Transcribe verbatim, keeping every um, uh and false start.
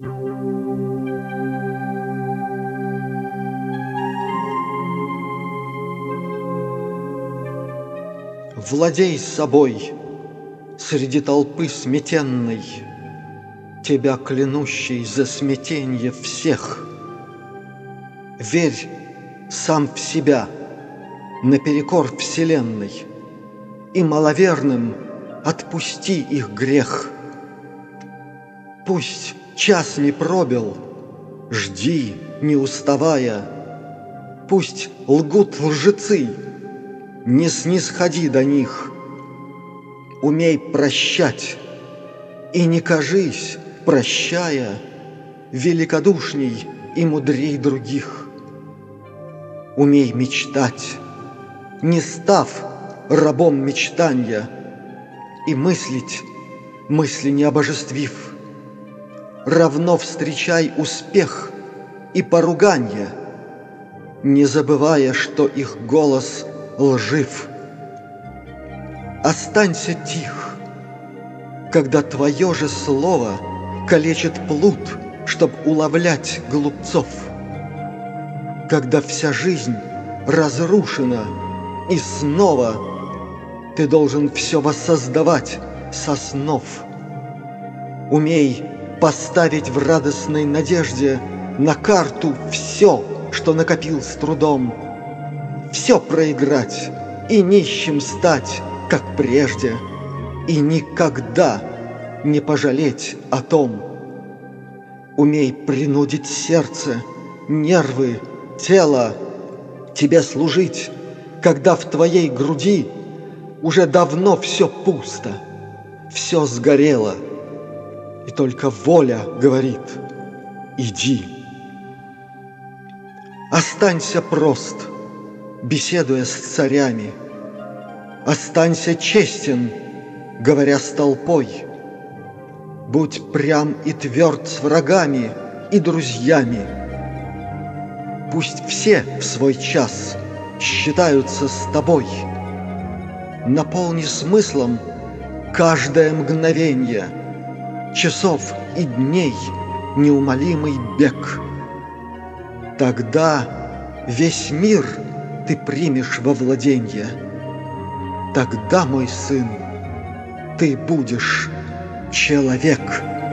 Владей собой среди толпы сметенной, тебя клянущей за смятенье всех. Верь сам в себя наперекор вселенной, и маловерным отпусти их грех. Пусть час не пробил, жди, не уставая, пусть лгут лжецы, не снисходи до них. Умей прощать, и не кажись, прощая, великодушней и мудрей других. Умей мечтать, не став рабом мечтанья, и мыслить, мысли не обожествив. Равно встречай успех и поруганья, не забывая, что их голос лжив. Останься тих, когда твое же слово калечит плут, чтоб уловлять глупцов. Когда вся жизнь разрушена, и снова ты должен все воссоздавать со снов. Умей поставить в радостной надежде на карту все, что накопил с трудом, все проиграть и нищим стать, как прежде, и никогда не пожалеть о том. Умей принудить сердце, нервы, тело тебе служить, когда в твоей груди уже давно все пусто, все сгорело, и только воля говорит: иди. Останься прост, беседуя с царями, останься честен, говоря с толпой, будь прям и тверд с врагами и друзьями. Пусть все в свой час считаются с тобой. Наполни смыслом каждое мгновенье, часов и дней неумолимый бег. Тогда весь мир ты примешь во владенье. Тогда, мой сын, ты будешь человек.